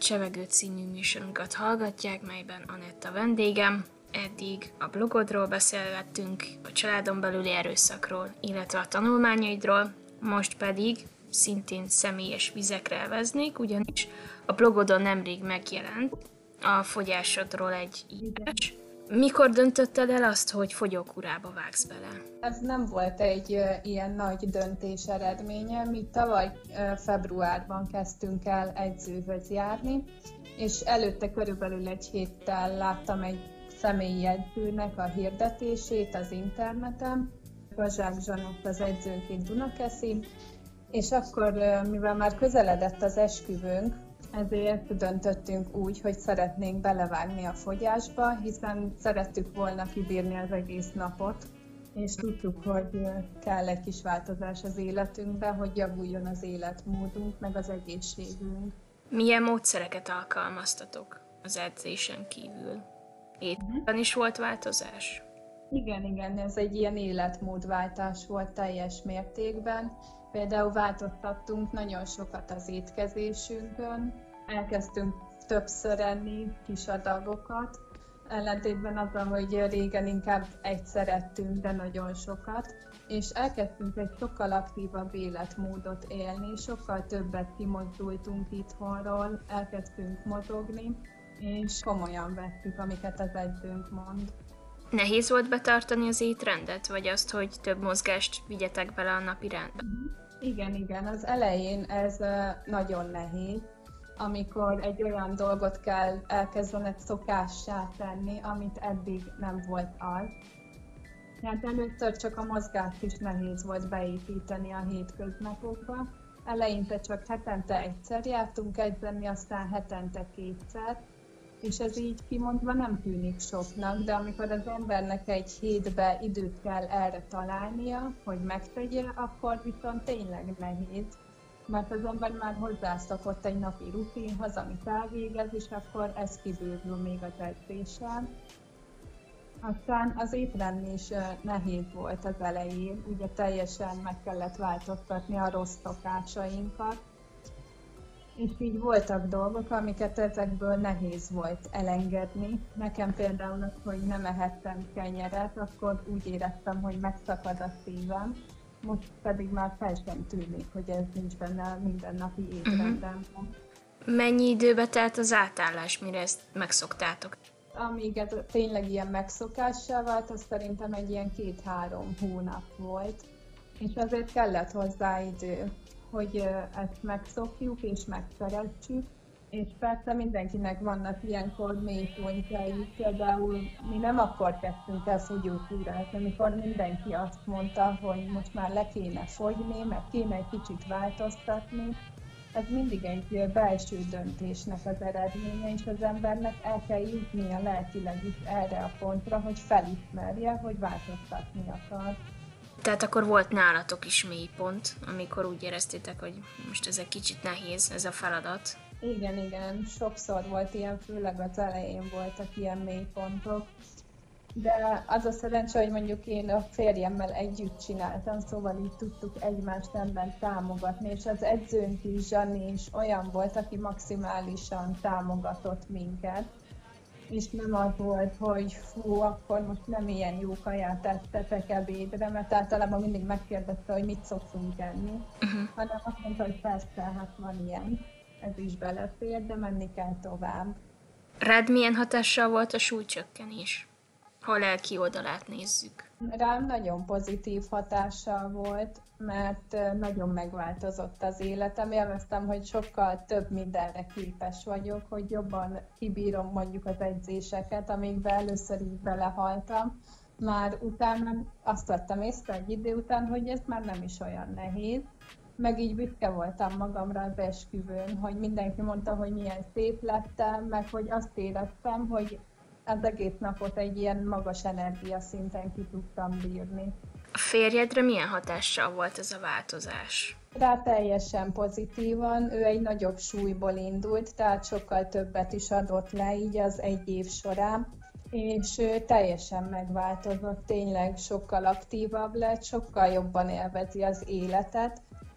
Csevegő című műsorunkat hallgatják, melyben Anett a vendégem. Eddig a blogodról beszélgettünk, a családon belüli erőszakról, illetve a tanulmányaidról, most pedig szintén személyes vizekre elveznék, ugyanis a blogodon nemrég megjelent a fogyásodról egy írás. Mikor döntötted el azt, hogy fogyókúrába vágsz bele? Ez nem volt egy ilyen nagy döntés eredménye. Mi tavaly februárban kezdtünk el edzőhöz járni, és előtte körülbelül egy héttel láttam egy személyi edzőnek a hirdetését az interneten. Bazsák Zsanett az edzőnk itt Dunakeszin, és akkor, mivel már közeledett az esküvőnk, ezért döntöttünk úgy, hogy szeretnénk belevágni a fogyásba, hiszen szerettük volna kibírni az egész napot, és tudtuk, hogy kell egy kis változás az életünkbe, hogy javuljon az életmódunk, meg az egészségünk. Milyen módszereket alkalmaztatok az edzésen kívül? Étben is volt változás? Igen, ez egy ilyen életmódváltás volt teljes mértékben. Például változtattunk nagyon sokat az étkezésünkön, elkezdtünk többször enni kis adagokat, ellentétben azzal, hogy régen inkább egyszer ettünk, de nagyon sokat, és elkezdtünk egy sokkal aktívabb életmódot élni, sokkal többet kimozdultunk itthonról, elkezdtünk mozogni, és komolyan vettük, amiket az edzőnk mond. Nehéz volt betartani az étrendet, vagy azt, hogy több mozgást vigyetek bele a napi rendbe? Igen, az elején ez nagyon nehéz, amikor egy olyan dolgot kell elkezdened szokássá tenni, amit eddig nem volt az. Hát először csak a mozgást is nehéz volt beépíteni a hétköznapokba. Eleinte csak hetente egyszer jártunk edzeni, aztán hetente kétszer, és ez így kimondva nem tűnik soknak, de amikor az embernek egy hétbe időt kell erre találnia, hogy megtegye, akkor viszont tényleg nehéz, mert az ember már hozzászokott egy napi rutinhoz, amit elvégez, és akkor ez kibővül még az edzéssel. Aztán az étrend is nehéz volt az elején, ugye teljesen meg kellett változtatni a rossz szokásainkat, és így voltak dolgok, amiket ezekből nehéz volt elengedni. Nekem például az, hogy nem ehettem kenyeret, akkor úgy éreztem, hogy megszakad a szívem. Most pedig már fel sem tűnik, hogy ez nincs benne a mindennapi étrendemben. Mennyi időbe telt az átállás, mire ezt megszoktátok? Amíg ez tényleg ilyen megszokássá vált, az szerintem egy ilyen 2-3 hónap volt. És azért kellett hozzá idő, hogy ezt megszokjuk és megszeretsük, és persze mindenkinek vannak ilyenkor mélypontjai. Például mi nem akkor kezdtünk el fogyókúrázni, amikor mindenki azt mondta, hogy most már le kéne fogyni, meg kéne egy kicsit változtatni. Ez mindig egy belső döntésnek az eredménye, és az embernek el kell jutnia lelkileg is erre a pontra, hogy felismerje, hogy változtatni akar. Tehát akkor volt nálatok is mélypont, amikor úgy éreztétek, hogy most ez egy kicsit nehéz, ez a feladat. Igen, sokszor volt ilyen, főleg az elején voltak ilyen mélypontok. De az a szerencsé, hogy mondjuk én a férjemmel együtt csináltam, szóval így tudtuk egymást ebben támogatni, és az edzőnk is, Zsani is olyan volt, aki maximálisan támogatott minket. És nem az volt, hogy fú, akkor most nem ilyen jó kaját ettetek ebédre, mert általában mindig megkérdezte, hogy mit szoktunk enni, hanem azt mondta, hogy persze, hát van ilyen, ez is belefér, de menni kell tovább. Rád milyen hatással volt a súlycsökkenés, ha a lelki oldalát nézzük? Rám nagyon pozitív hatással volt, mert nagyon megváltozott az életem. Élveztem, hogy sokkal több mindenre képes vagyok, hogy jobban kibírom mondjuk az edzéseket, amikbe először így belehaltam. Már utána azt vettem észre egy idő után, hogy ez már nem is olyan nehéz. Meg így büszke voltam magamra az esküvőn, hogy mindenki mondta, hogy milyen szép lettem, meg hogy azt éreztem, hogy az egész napot egy ilyen magas energiaszinten ki tudtam bírni. A férjedre milyen hatással volt ez a változás? Rá teljesen pozitívan, ő egy nagyobb súlyból indult, tehát sokkal többet is adott le így az egy év során, és ő teljesen megváltozott, tényleg sokkal aktívabb lett, sokkal jobban élvezi az életet,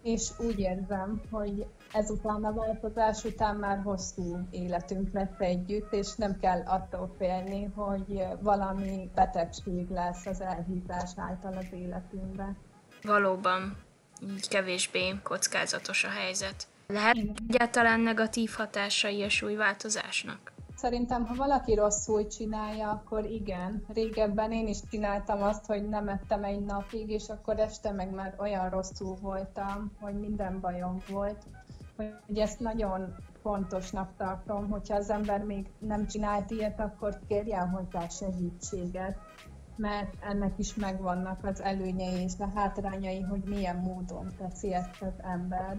és úgy érzem, hogy ezután a változás után már hosszú életünk lesz együtt, és nem kell attól félni, hogy valami betegség lesz az elhízás által az életünkben. Valóban így kevésbé kockázatos a helyzet. Lehet egyáltalán negatív hatásai a súlyváltozásnak? Szerintem, ha valaki rosszul csinálja, akkor igen. Régebben én is csináltam azt, hogy nem ettem egy napig, és akkor este meg már olyan rosszul voltam, hogy minden bajom volt. Hogy ezt nagyon fontosnak tartom, hogyha az ember még nem csinált ilyet, akkor kérjen hozzá segítséget, mert ennek is megvannak az előnyei és a hátrányai, hogy milyen módon teszi ezt az ember.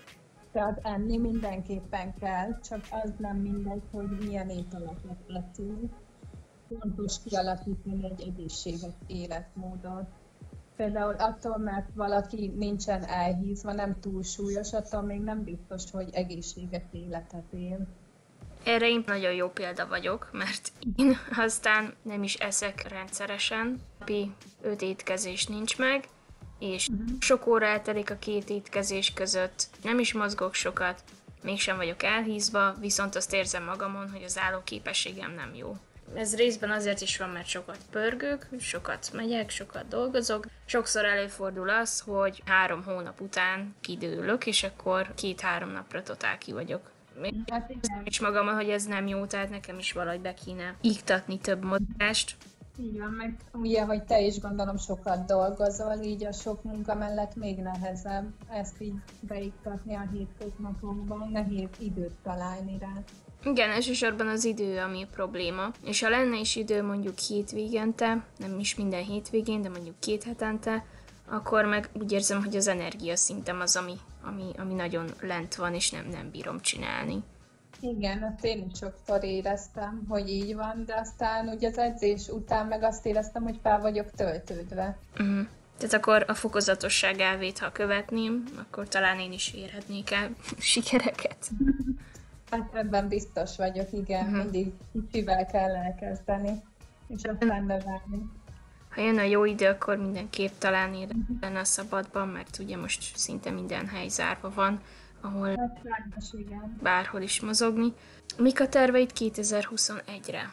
Tehát enni mindenképpen kell, csak az nem mindegy, hogy milyen ételeket eszünk. Fontos kialakítani egy egészséges életmódot. Például attól, mert valaki nincsen elhízva, nem túl súlyos, attól még nem biztos, hogy egészséges életet él. Erre én nagyon jó példa vagyok, mert én aztán nem is eszek rendszeresen, napi 5 étkezés nincs meg, és sok óra eltelik a 2 étkezés között, nem is mozgok sokat, mégsem vagyok elhízva, viszont azt érzem magamon, hogy az állóképességem nem jó. Ez részben azért is van, mert sokat pörgök, sokat megyek, sokat dolgozok. Sokszor előfordul az, hogy 3 hónap után kidőlök, és akkor 2-3 napra totál ki vagyok. Hát Érzem is magamon, hogy ez nem jó, tehát nekem is valahogy be kéne iktatni több mozgást. így van, meg ugye, hogy te is gondolom sokat dolgozol, így a sok munka mellett még nehezebb ezt így beiktatni a hétköznapokban, nehéz időt találni rá. Igen, elsősorban az idő, ami a probléma. És ha lenne is idő mondjuk hétvégente, nem is minden hétvégén, de mondjuk 2 hetente, akkor meg úgy érzem, hogy az energiaszintem az, ami nagyon lent van, és nem bírom csinálni. Igen, azt én is sokszor éreztem, hogy így van, de aztán ugye az edzés után meg azt éreztem, hogy fel vagyok töltődve. Tehát akkor a fokozatosság elvét, ha követném, akkor talán én is érhetnék el sikereket. Hát ebben biztos vagyok, igen, mindig kicsivel kell elkezdeni, és aztán növelni. Ha jön a jó idő, akkor mindenképp talán lenne a szabadban, mert ugye most szinte minden hely zárva van, ahol Hát sajnos igen. bárhol is mozogni. Mik a terveid 2021-re?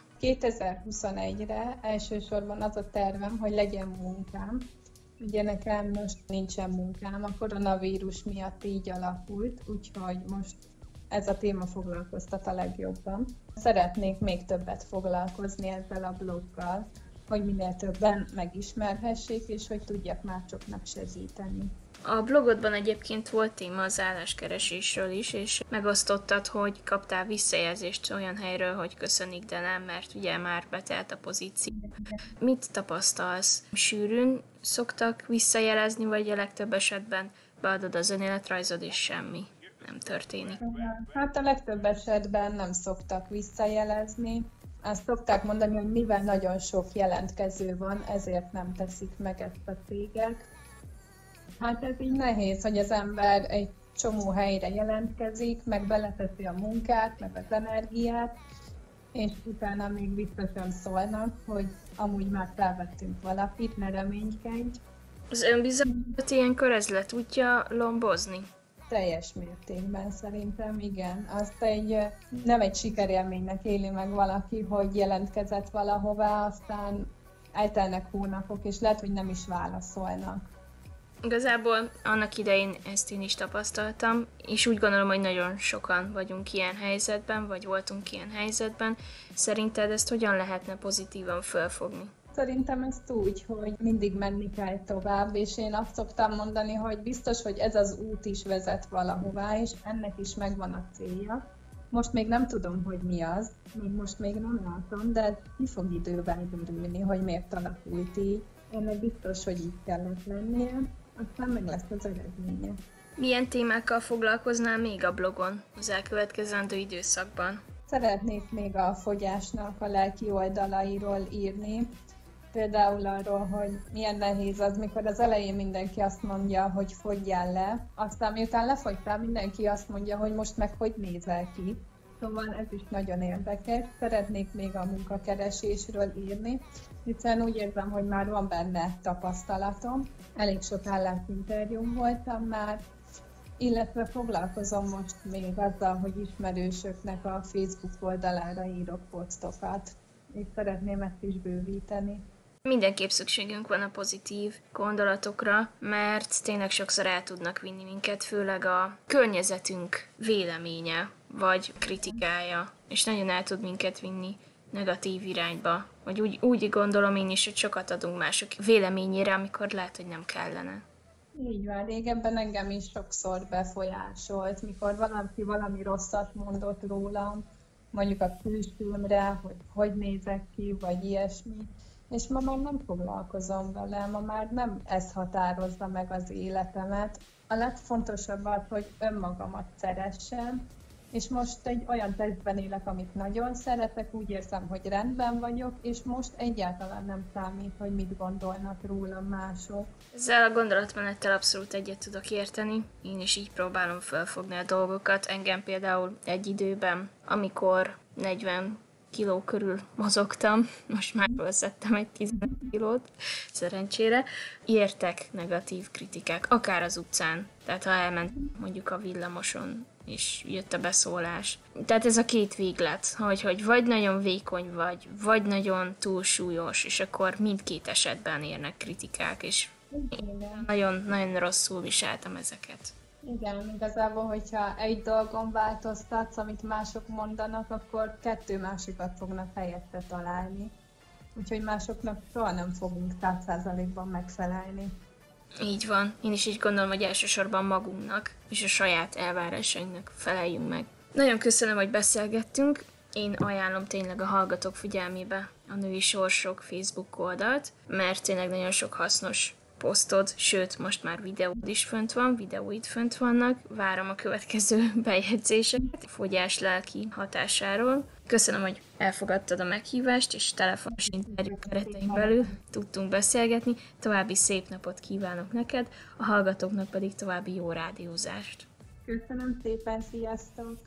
2021-re elsősorban az a tervem, hogy legyen munkám. Ugye nekem most nincsen munkám, a koronavírus miatt így alakult, úgyhogy most ez a téma foglalkoztat a legjobban. Szeretnék még többet foglalkozni ezzel a bloggal, hogy minél többen megismerhessék, és hogy tudjak másoknak segíteni. A blogodban egyébként volt téma az álláskeresésről is, és megosztottad, hogy kaptál visszajelzést olyan helyről, hogy köszönik, de nem, mert ugye már betelt a pozíció. Mit tapasztalsz? Sűrűn szoktak visszajelezni, vagy a legtöbb esetben beadod az önéletrajzod, és semmi nem történik? Hát a legtöbb esetben nem szoktak visszajelezni. Azt szokták mondani, hogy mivel nagyon sok jelentkező van, ezért nem teszik meg ezt a cégek. Hát ez így nehéz, hogy az ember egy csomó helyre jelentkezik, meg beleteszi a munkát, meg az energiát, és utána még vissza sem szólnak, hogy amúgy már felvettünk valakit, ne reménykedj. Az önbizalmat ilyenkor ez le tudja lombozni? Teljes mértékben szerintem, igen. Azt nem egy sikerélménynek éli meg valaki, hogy jelentkezett valahová, aztán eltelnek hónapok, és lehet, hogy nem is válaszolnak. Igazából annak idején ezt én is tapasztaltam, és úgy gondolom, hogy nagyon sokan vagyunk ilyen helyzetben, vagy voltunk ilyen helyzetben. Szerinted ezt hogyan lehetne pozitívan fölfogni? Szerintem ezt úgy, hogy mindig menni kell tovább, és én azt szoktam mondani, hogy biztos, hogy ez az út is vezet valahová, és ennek is megvan a célja. Most még nem tudom, hogy mi az, most még nem látom, de ki fog időben derülni, hogy miért alakult így. Ennek biztos, hogy így kellett lennie, aztán meg lesz az eredménye. Milyen témákkal foglalkoznál még a blogon az elkövetkezendő időszakban? Szeretnék még a fogyásnak a lelki oldalairól írni, például arról, hogy milyen nehéz az, mikor az elején mindenki azt mondja, hogy fogyjál le, aztán miután lefogytál, mindenki azt mondja, hogy most meg hogy nézel ki. Szóval ez is nagyon érdekes. Szeretnék még a munkakeresésről írni, hiszen úgy érzem, hogy már van benne tapasztalatom. Elég sok állásinterjún voltam már, Illetve foglalkozom most még azzal, hogy ismerősöknek a Facebook oldalára írok posztokat, és szeretném ezt is bővíteni. Mindenképp szükségünk van a pozitív gondolatokra, mert tényleg sokszor el tudnak vinni minket, főleg a környezetünk véleménye vagy kritikája, és nagyon el tud minket vinni negatív irányba. Vagy úgy gondolom én is, hogy sokat adunk mások véleményére, amikor lehet, hogy nem kellene. Így van, régebben engem is sokszor befolyásolt, mikor valami rosszat mondott rólam, mondjuk a külsőmre, hogy hogy nézek ki, vagy ilyesmi. És ma már nem foglalkozom vele, ma már nem ez határozza meg az életemet. A legfontosabb az, hogy önmagamat szeressem, és most egy olyan testben élek, amit nagyon szeretek, úgy érzem, hogy rendben vagyok, és most egyáltalán nem számít, hogy mit gondolnak rólam mások. Ezzel a gondolatmenettel abszolút egyet tudok érteni. Én is így próbálom felfogni a dolgokat. Engem például egy időben, amikor 40 kiló körül mozogtam, most már felszettem egy 15 kilót, szerencsére, értek negatív kritikák, akár az utcán, tehát ha elment mondjuk a villamoson, és jött a beszólás. Tehát ez a két véglet, hogy vagy nagyon vékony vagy nagyon túlsúlyos, és akkor mindkét esetben érnek kritikák, és én nagyon rosszul viseltem ezeket. Igen, igazából, hogyha egy dolgon változtatsz, amit mások mondanak, akkor 2 másikat fognak helyette találni. Úgyhogy másoknak soha nem fogunk 100%-ban megfelelni. Így van. Én is így gondolom, hogy elsősorban magunknak és a saját elvárásainknak feleljünk meg. Nagyon köszönöm, hogy beszélgettünk. Én ajánlom tényleg a hallgatók figyelmébe a Női Sorsok Facebook oldalt, mert tényleg nagyon sok hasznos posztod, sőt, most már videód is videóid fönt vannak. Várom a következő bejegyzéseket a fogyás lelki hatásáról. Köszönöm, hogy elfogadtad a meghívást, és telefonos interjú keretein belül tudtunk beszélgetni. További szép napot kívánok neked, a hallgatóknak pedig további jó rádiózást. Köszönöm szépen, sziasztok!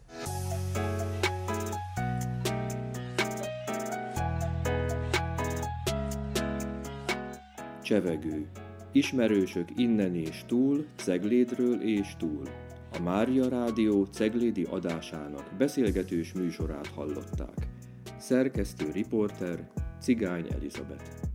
Csevegő. Ismerősök innen és túl, Ceglédről és túl. A Mária Rádió ceglédi adásának beszélgetős műsorát hallották. Szerkesztő riporter Cigány Elizabeth.